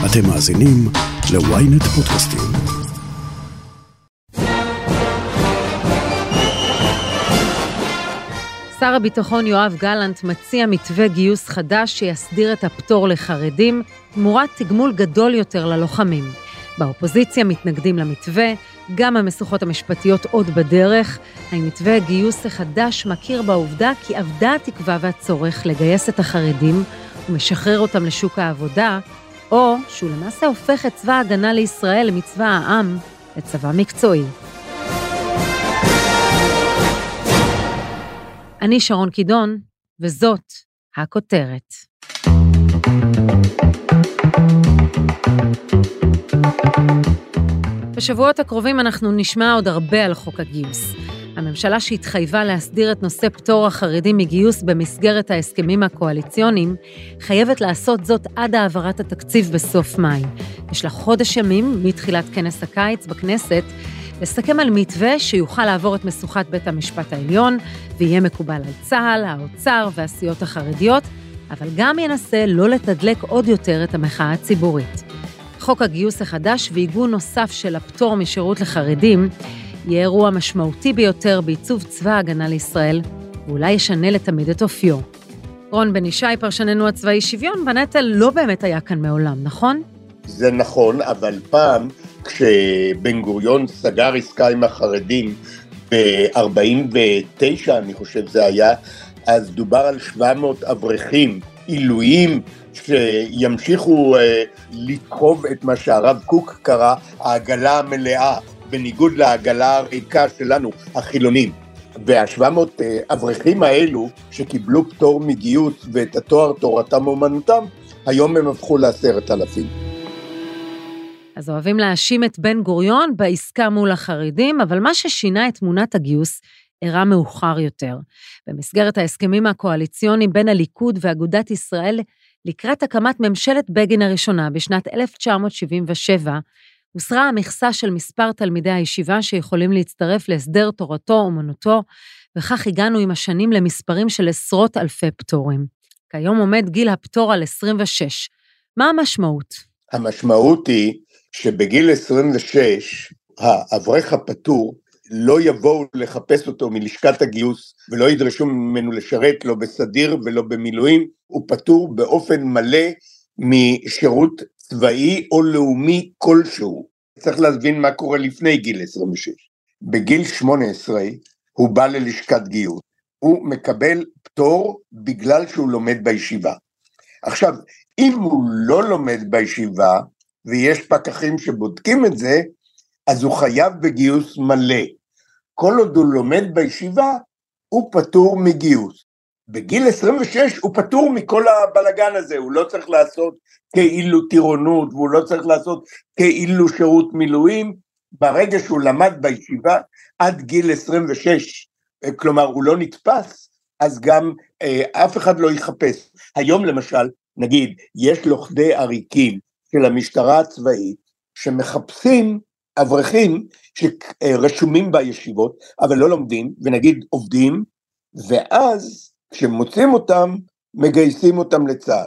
אתם מאזינים ל-ynet פודקאסטים. שר הביטחון יואב גלנט מציע מתווה גיוס חדש שיסדיר את הפטור לחרדים, תמורת תגמול גדול יותר ללוחמים. באופוזיציה מתנגדים למתווה, גם המשוכות המשפטיות עוד בדרך. המתווה גיוס החדש מכיר בעובדה כי אבדה התקווה והצורך לגייס את החרדים ומשחרר אותם לשוק העבודה, או שהוא למעשה הופך את צבא ההגנה לישראל מצבא העם לצבא מקצועי. אני שרון קידון, וזאת הכותרת. בשבועות הקרובים אנחנו נשמע עוד הרבה על חוק הגיוס. הממשלה שהתחייבה להסדיר את נושא פטור החרדים מגיוס במסגרת ההסכמים הקואליציוניים, חייבת לעשות זאת עד העברת התקציב בסוף מאי. יש לה חודש ימים מתחילת כנס הקיץ בכנסת, לסכם על מתווה שיוכל לעבור את משוכת בית המשפט העליון, ויהיה מקובל על צה"ל, האוצר והסיעות החרדיות, אבל גם ינסה לא לתדלק עוד יותר את המחאה הציבורית. חוק הגיוס החדש ועיגון נוסף של הפטור משירות לחרדים, יהיה אירוע משמעותי ביותר בעיצוב צבא ההגנה לישראל, ואולי ישנה לתמיד את אופיו. רון בן ישי, פרשננו הצבאי שוויון, בנטל לא באמת היה כאן מעולם, נכון? זה נכון, אבל פעם כשבן גוריון סגר עסקה עם החרדים ב-49, אני חושב זה היה, אז דובר על 700 אברכים עילויים שימשיכו לדחוב את מה שהרב קוק קרא העגלה המלאה, בניגוד לעגלה הריקה שלנו, החילונים. וה-700 אברכים האלו שקיבלו פטור מגיוס ואת התואר תורתם אומנותם, היום הם הפכו ל10,000. אז אוהבים להאשים את בן גוריון בעסקה מול החרדים, אבל מה ששינה את תמונת הגיוס אירע מאוחר יותר. במסגרת ההסכמים הקואליציוניים בין הליכוד ואגודת ישראל, לקראת הקמת ממשלת בגין הראשונה בשנת 1977, הוסרה המכסה של מספר תלמידי הישיבה שיכולים להצטרף להסדר תורתו אומנותו, וכך הגענו עם השנים למספרים של עשרות אלפי פטורים. כיום עומד גיל הפטור על 26. מה המשמעות? המשמעות היא שבגיל 26, האברך הפטור לא יבואו לחפש אותו מלשכת הגיוס, ולא ידרשו ממנו לשרת לא בסדיר ולא במילואים, הוא פטור באופן מלא משירות צבאי או לאומי כלשהו. צריך להבין מה קורה לפני גיל 26. בגיל 18 הוא בא ללשכת גיוס, הוא מקבל פטור בגלל שהוא לומד בישיבה. עכשיו, אם הוא לא לומד בישיבה, ויש פקחים שבודקים את זה, אז הוא חייב בגיוס מלא. כל עוד הוא לומד בישיבה, הוא פטור מגיוס. בגיל 26 הוא פטור מכל הבלגן הזה, הוא לא צריך לעשות כאילו טירונות, והוא לא צריך לעשות כאילו שירות מילואים, ברגע שהוא למד בישיבה, עד גיל 26, כלומר הוא לא נתפס, אז גם אף אחד לא יחפש. היום למשל, נגיד, יש לוכדי עריקים של המשטרה הצבאית, שמחפשים אברכים שרשומים בישיבות, אבל לא לומדים, ונגיד עובדים, ואז כשמוצאים אותם, מגייסים אותם לצה"ל.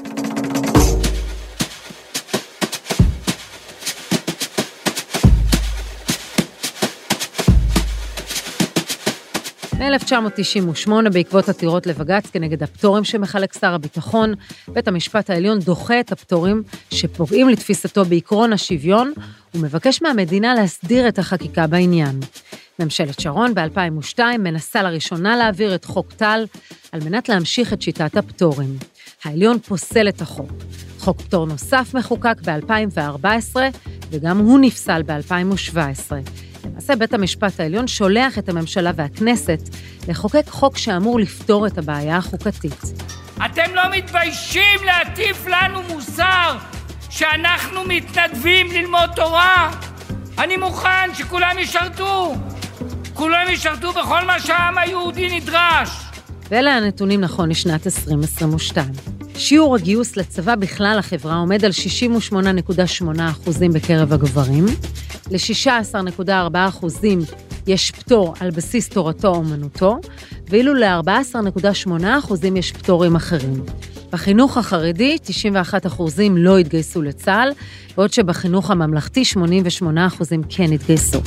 ב-1998, בעקבות עתירות לבג"ץ כנגד הפטורים שמחלק שר הביטחון, בית המשפט העליון דוחה את הפטורים שפוגעים לתפיסתו בעקרון השוויון, ומבקש מהמדינה להסדיר את החקיקה בעניין. ממשלת שרון ב-2002 מנסה לראשונה להעביר את חוק טל, על מנת להמשיך את שיטת הפטורים. העליון פוסל את החוק. חוק פטור נוסף מחוקק ב-2014, וגם הוא נפסל ב-2017. למעשה בית המשפט העליון שולח את הממשלה והכנסת לחוקק חוק שאמור לפתור את הבעיה החוקתית. אתם לא מתביישים להטיף לנו מוסר שאנחנו מתנדבים ללמוד תורה? אני מוכן שכולם ישרתו. כולם ישרתו בכל מה שהעם היהודי נדרש. ואלה הנתונים נכון לשנת 2022. שיעור הגיוס לצבא בכלל החברה עומד על 68.8% בקרב הגברים, ל-16.4% יש פטור על בסיס תורתו אומנותו, ואילו ל-14.8% יש פטורים אחרים. בחינוך החרדי 91% לא התגייסו לצה"ל, בעוד שבחינוך הממלכתי 88% כן התגייסו.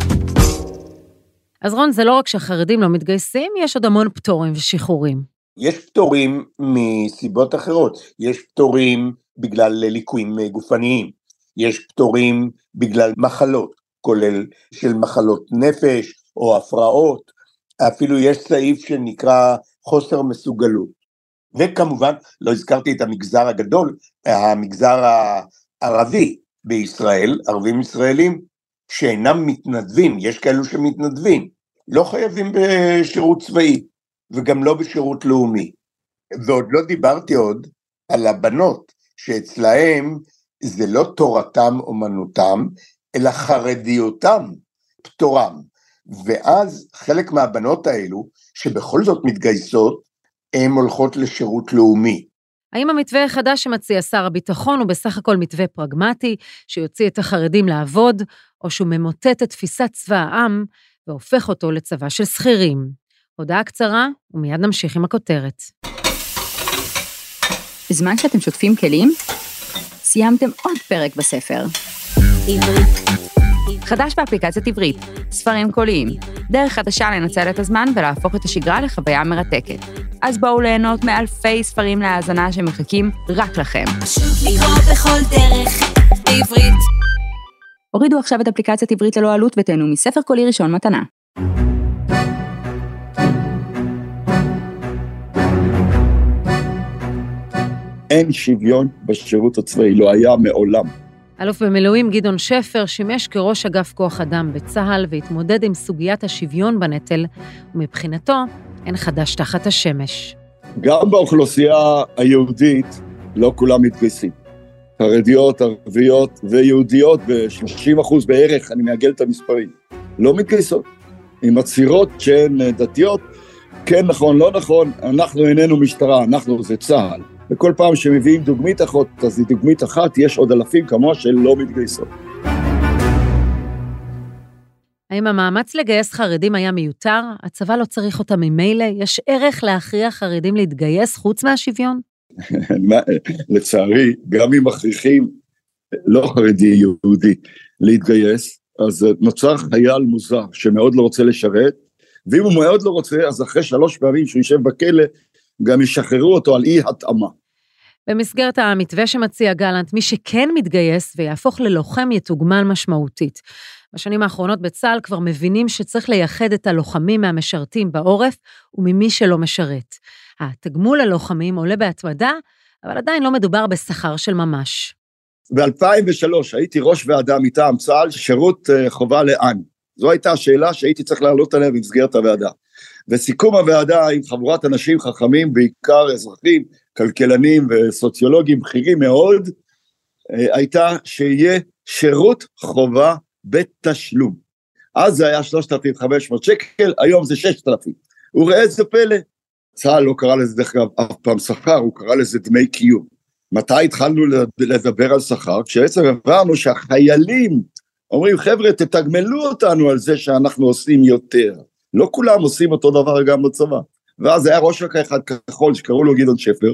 אז רון, זה לא רק שהחרדים לא מתגייסים, יש עוד המון פטורים ושחרורים. יש פטורים מסיבות אחרות, יש פטורים בגלל ליקויים גופניים, יש פטורים בגלל מחלות, כולל של מחלות נפש או הפרעות, אפילו יש סעיף שנקרא חוסר מסוגלות. וכמובן, לא הזכרתי את המגזר הגדול, המגזר הערבי בישראל, ערבים ישראלים, שאינם מתנדבים, יש כאלו שמתנדבים, לא חייבים בשירות צבאי, וגם לא בשירות לאומי. ועוד לא דיברתי עוד על הבנות, שאצלהם זה לא תורתם אומנותם, אלא חרדיותם, פטורם. ואז חלק מהבנות האלו, שבכל זאת מתגייסות, הן הולכות לשירות לאומי. האם המתווה החדש שמציע שר הביטחון הוא בסך הכל מתווה פרגמטי, שיוציא את החרדים לעבוד, או שהוא ממוטט את תפיסת צבא העם, והופך אותו לצבא של שכירים? הודעה קצרה, ומיד נמשיך עם הכותרת. בזמן שאתם שוטפים כלים, סיימתם עוד פרק בספר. חדש באפליקציית עברית, ספרים קוליים, דרך חדשה לנצל את הזמן ולהפוך את השגרה לחוויה מרתקת. אז בואו ליהנות מאלפי ספרים להאזנה שמחכים רק לכם. פשוט לקרוא בכל דרך, בעברית. הורידו עכשיו את אפליקציית עברית ללא עלות ותהנו מספר קולי ראשון מתנה. אין שוויון בשירות הצבאי, לא היה מעולם. אלוף במילואים גדעון שפר שימש כראש אגף כוח אדם בצה"ל והתמודד עם סוגיית השוויון בנטל, ומבחינתו אין חדש תחת השמש. גם באוכלוסייה היהודית לא כולם מתגייסים. חרדיות, ערביות ויהודיות ב-30% בערך, אני מעגל את המספרים, לא מתגייסות. עם הצירות שהן דתיות, כן נכון, לא נכון, אנחנו איננו משטרה, אנחנו זה צה"ל. וכל פעם שמביאים דוגמית אחת, אז היא דוגמית אחת, יש עוד אלפים כמוה שלא מתגייסות. האם המאמץ לגייס חרדים היה מיותר? הצבא לא צריך אותם ממילא? יש ערך להכריח חרדים להתגייס חוץ מהשוויון? לצערי, גם אם מכריחים לא חרדי יהודי להתגייס, אז נוצר חייל מוזר שמאוד לא רוצה לשרת, ואם הוא מאוד לא רוצה, אז אחרי 3 פעמים שהוא יישב בכלא, גם ישחררו אותו על אי התאמה. במסגרת המתווה שמציע גלנט, מי שכן מתגייס ויהפוך ללוחם יתוגמל משמעותית. בשנים האחרונות בצה"ל כבר מבינים שצריך לייחד את הלוחמים מהמשרתים בעורף וממי שלא משרת. התגמול ללוחמים עולה בהתמדה, אבל עדיין לא מדובר בשכר של ממש. ב-2003 הייתי ראש ועדה מטעם צה"ל, שירות חובה לאן. זו הייתה השאלה שהייתי צריך לעלות עליה במסגרת הוועדה. וסיכום הוועדה עם חבורת אנשים חכמים, בעיקר אזרחים, כלכלנים וסוציולוגים בכירים מאוד, הייתה שיהיה שירות חובה בתשלום. אז זה היה 3,500 שקל, היום זה 6,000. וראה איזה פלא, צה"ל לא קרא לזה דרך אגב אף פעם שכר, הוא קרא לזה דמי קיום. מתי התחלנו לדבר על שכר? כשעצם הבנו שהחיילים אומרים, חבר'ה, תתגמלו אותנו על זה שאנחנו עושים יותר. לא כולם עושים אותו דבר גם בצבא. ואז היה ראש רקע אחד כחול, שקראו לו גדעון שפר,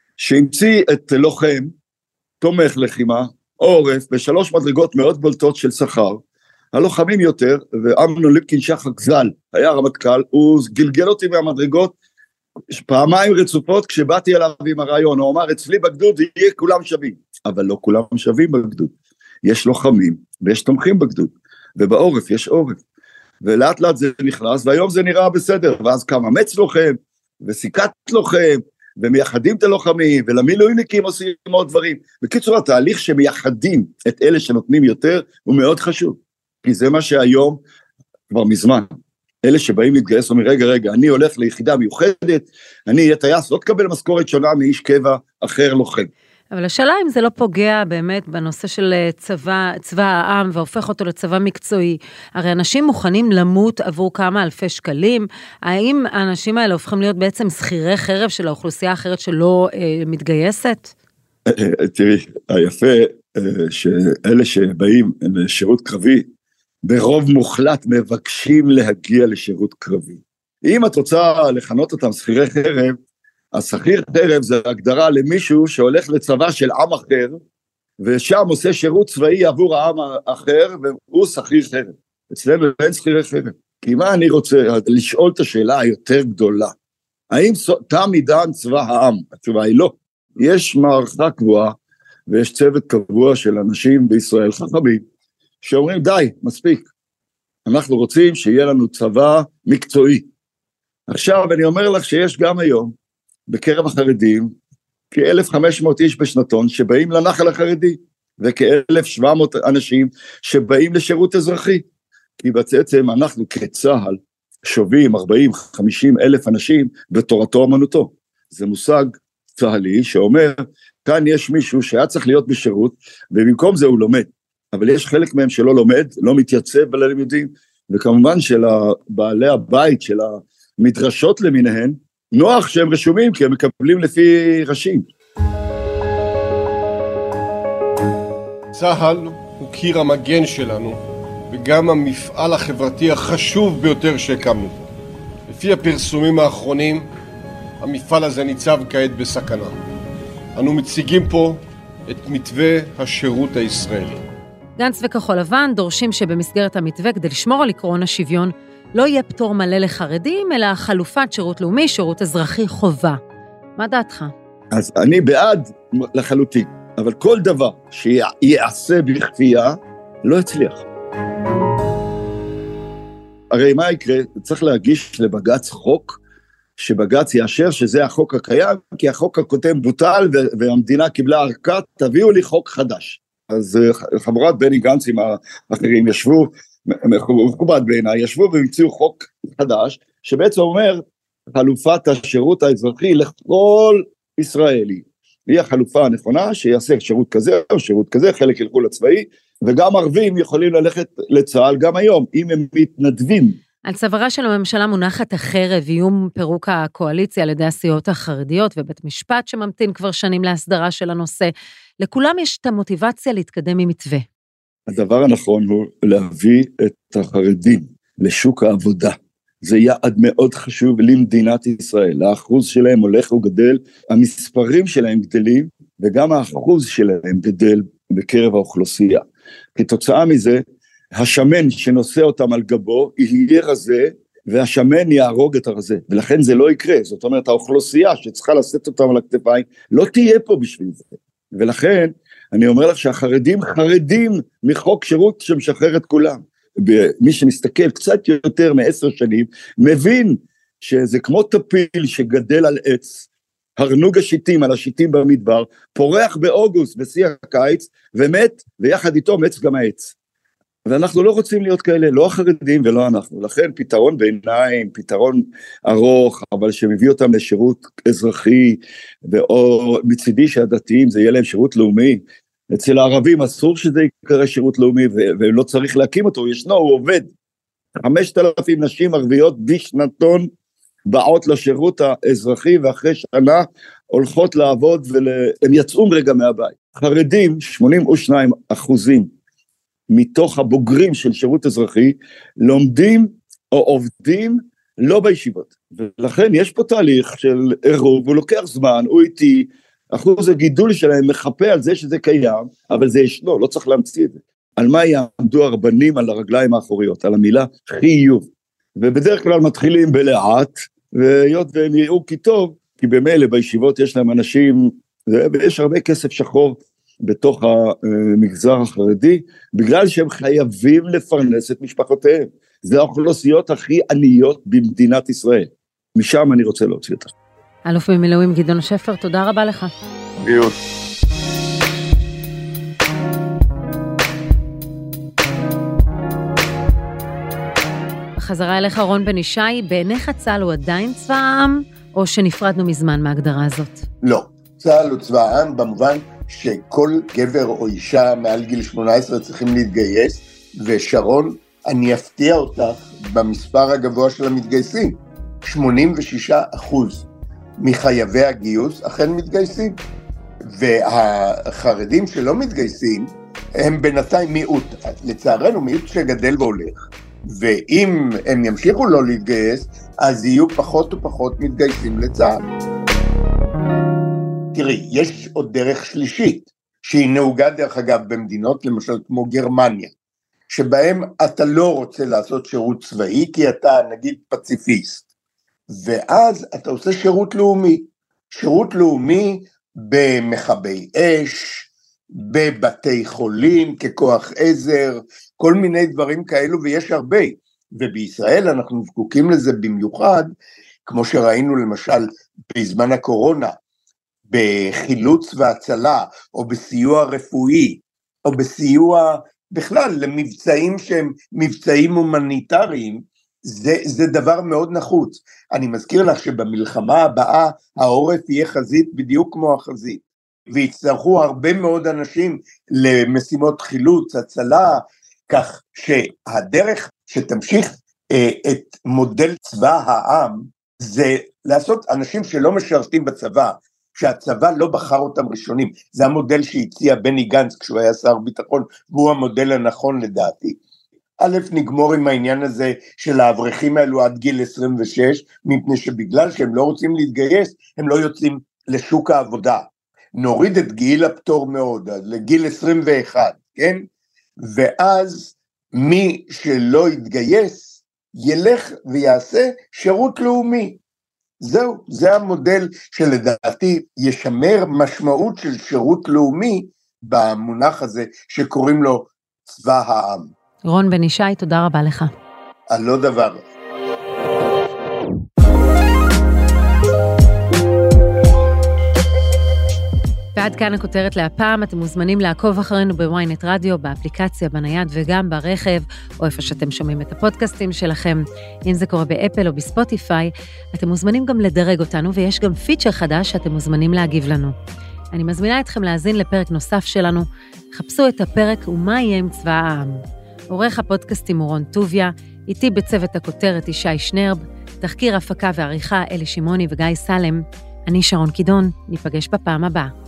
שהמציא את לוחם, תומך לחימה, עורף, ב3 מדרגות מאוד בולטות של שכר, הלוחמים יותר, ואמנון ליפקין שחק ז"ל, היה רמטכ"ל, הוא גלגל אותי מהמדרגות, פעמיים רצופות, כשבאתי אליו עם הרעיון, הוא אמר, אצלי בגדוד יהיה כולם שווים, אבל לא כולם שווים בגדוד, יש לוחמים, ויש תומכים בגדוד, ובעורף יש עורף, ולאט לאט זה נכנס, והיום זה נראה בסדר, ואז קם אמץ לוחם, וסיכת לוחם, ומייחדים את הלוחמים, ולמילואימניקים עושים עוד דברים. בקיצור, התהליך שמייחדים את אלה שנותנים יותר, הוא מאוד חשוב, כי זה מה שהיום, כבר מזמן, אלה שבאים להתגייס, אומרים, רגע, אני הולך ליחידה מיוחדת, אני אהיה טייס, לא תקבל משכורת שונה מאיש קבע אחר לוחם. אבל השאלה אם זה לא פוגע באמת בנושא של צבא העם, והופך אותו לצבא מקצועי. הרי אנשים מוכנים למות עבור כמה אלפי שקלים, האם האנשים האלה הופכים להיות בעצם שכירי חרב של האוכלוסייה האחרת שלא מתגייסת? תראי, היפה שאלה שבאים לשירות קרבי, ברוב מוחלט מבקשים להגיע לשירות קרבי. אם את רוצה לכנות אותם שכירי חרב, השכיר חרב זה הגדרה למישהו שהולך לצבא של עם אחר, ושם עושה שירות צבאי עבור העם האחר, והוא שכיר חרב. אצלנו אין שכירי חרב. כי מה אני רוצה לשאול את השאלה היותר גדולה, האם תם עידן צבא העם? התשובה היא לא. יש מערכה קבועה, ויש צוות קבוע של אנשים בישראל חכמים, שאומרים די, מספיק. אנחנו רוצים שיהיה לנו צבא מקצועי. עכשיו אני אומר לך שיש גם היום, בקרב החרדים, כ-1,500 איש בשנתון שבאים לנחל החרדי, וכ-1,700 אנשים שבאים לשירות אזרחי. כי בעצם אנחנו כצהל שובים 40-50 אלף אנשים בתורתו אומנותו. זה מושג צהלי שאומר, כאן יש מישהו שהיה צריך להיות בשירות, ובמקום זה הוא לומד. אבל יש חלק מהם שלא לומד, לא מתייצב בלימודים, וכמובן של בעלי הבית, של המדרשות למיניהן, נוח שהם רשומים, כי הם מקבלים לפי ראשים. צהל הוא קיר המגן שלנו, וגם המפעל החברתי החשוב ביותר שהקמנו. לפי הפרסומים האחרונים, המפעל הזה ניצב כעת בסכנה. אנו מציגים פה את מתווה השירות הישראלי. גנץ וכחול לבן דורשים שבמסגרת המתווה, כדי לשמור על עקרון השוויון, לא יהיה פטור מלא לחרדים, אלא חלופת שירות לאומי, שירות אזרחי חובה. מה דעתך? אז אני בעד לחלוטין, אבל כל דבר שיעשה בכפייה, לא יצליח. הרי מה יקרה? צריך להגיש לבג"ץ חוק, שבג"ץ יאשר שזה החוק הקיים, כי החוק הקודם בוטל, והמדינה קיבלה ארכה, תביאו לי חוק חדש. אז חבורת בני גנץ עם האחרים ישבו, מכובד בעיניי, ישבו והמציאו חוק חדש, שבעצם אומר, חלופת השירות האזרחי לכל ישראלי, היא החלופה הנכונה, שיעשה שירות כזה או שירות כזה, חלק ילכו לצבאי, וגם ערבים יכולים ללכת לצה"ל גם היום, אם הם מתנדבים. על צווארה של הממשלה מונחת החרב, איום פירוק הקואליציה על ידי הסיעות החרדיות, ובית משפט שממתין כבר שנים להסדרה של הנושא. לכולם יש את המוטיבציה להתקדם עם מתווה. הדבר הנכון הוא להביא את החרדים לשוק העבודה. זה יעד מאוד חשוב למדינת ישראל. האחוז שלהם הולך וגדל, המספרים שלהם גדלים, וגם האחוז שלהם גדל בקרב האוכלוסייה. כתוצאה מזה, השמן שנושא אותם על גבו, יהיה רזה, והשמן יהרוג את הרזה, ולכן זה לא יקרה. זאת אומרת, האוכלוסייה שצריכה לשאת אותם על הכתפיים, לא תהיה פה בשביל זה. ולכן, אני אומר לך שהחרדים חרדים מחוק שירות שמשחרר את כולם. מי שמסתכל קצת יותר מ10 שנים, מבין שזה כמו טפיל שגדל על עץ, הרנוג השיטים על השיטים במדבר, פורח באוגוסט בשיא הקיץ, ומת, ויחד איתו מת גם העץ. ואנחנו לא רוצים להיות כאלה, לא החרדים ולא אנחנו. לכן פתרון ביניים, פתרון ארוך, אבל שמביא אותם לשירות אזרחי, או מצידי שהדתיים זה יהיה להם שירות לאומי. אצל הערבים אסור שזה יקרא שירות לאומי, ולא צריך להקים אותו, ישנו, הוא עובד. 5,000 נשים ערביות בשנתון באות לשירות האזרחי, ואחרי שנה הולכות לעבוד, והם יצאו רגע מהבית. חרדים, 82% מתוך הבוגרים של שירות אזרחי, לומדים או עובדים לא בישיבות. ולכן יש פה תהליך של עירוב, הוא לוקח זמן, הוא איטי, אחוז הגידול שלהם מחפה על זה שזה קיים, אבל זה ישנו, לא צריך להמציא את זה. על מה יעמדו הרבנים על הרגליים האחוריות? על המילה חיוב. ובדרך כלל מתחילים בלאט, והיות והם יראו כי טוב, כי במילא בישיבות יש להם אנשים, ויש הרבה כסף שחור בתוך המגזר החרדי, בגלל שהם חייבים לפרנס את משפחותיהם. זה האוכלוסיות הכי עניות במדינת ישראל. משם אני רוצה להוציא אותך. אלוף במילואים גדעון שפר, תודה רבה לך. ביום. חזרה אליך רון בן ישי, בעיניך צה"ל הוא עדיין צבא העם, או שנפרדנו מזמן מההגדרה הזאת? לא, צה"ל הוא צבא העם במובן שכל גבר או אישה מעל גיל 18 צריכים להתגייס, ושרון, אני אפתיע אותך במספר הגבוה של המתגייסים, 86% מחייבי הגיוס אכן מתגייסים, והחרדים שלא מתגייסים הם בינתיים מיעוט, לצערנו מיעוט שגדל והולך, ואם הם ימשיכו לא להתגייס, אז יהיו פחות ופחות מתגייסים לצה"ל. תראי, יש עוד דרך שלישית, שהיא נהוגה דרך אגב במדינות, למשל כמו גרמניה, שבהם אתה לא רוצה לעשות שירות צבאי, כי אתה נגיד פציפיסט, ואז אתה עושה שירות לאומי במכבי אש, בבתי חולים, ככוח עזר, כל מיני דברים כאלו, ויש הרבה, ובישראל אנחנו זקוקים לזה במיוחד, כמו שראינו למשל בזמן הקורונה, בחילוץ והצלה, או בסיוע רפואי, או בסיוע בכלל למבצעים שהם מבצעים הומניטריים, זה דבר מאוד נחוץ. אני מזכיר לך שבמלחמה הבאה, העורף יהיה חזית בדיוק כמו החזית, ויצטרכו הרבה מאוד אנשים למשימות חילוץ, הצלה, כך שהדרך שתמשיך את מודל צבא העם, זה לעשות אנשים שלא משרתים בצבא, שהצבא לא בחר אותם ראשונים, זה המודל שהציע בני גנץ כשהוא היה שר ביטחון, והוא המודל הנכון לדעתי. א', נגמור עם העניין הזה של האברכים האלו עד גיל 26, מפני שבגלל שהם לא רוצים להתגייס, הם לא יוצאים לשוק העבודה. נוריד את גיל הפטור מאוד, לגיל 21, כן? ואז מי שלא יתגייס, ילך ויעשה שירות לאומי. זהו, זה המודל שלדעתי ישמר משמעות של שירות לאומי במונח הזה שקוראים לו צבא העם. רון בן ישי, תודה רבה לך. על לא דבר. ועד כאן הכותרת להפעם, אתם מוזמנים לעקוב אחרינו בוויינט רדיו, באפליקציה, בנייד וגם ברכב, או איפה שאתם שומעים את הפודקאסטים שלכם. אם זה קורה באפל או בספוטיפיי, אתם מוזמנים גם לדרג אותנו, ויש גם פיצ'ר חדש שאתם מוזמנים להגיב לנו. אני מזמינה אתכם להאזין לפרק נוסף שלנו, חפשו את הפרק ומה יהיה עם צבא העם. עורך הפודקאסטים הוא רון טוביה, איתי בצוות הכותרת ישי שנרב, תחקיר הפקה ועריכה אלי שמעוני וגיא סלם, אני שרון קידון, ניפגש בפעם הבאה.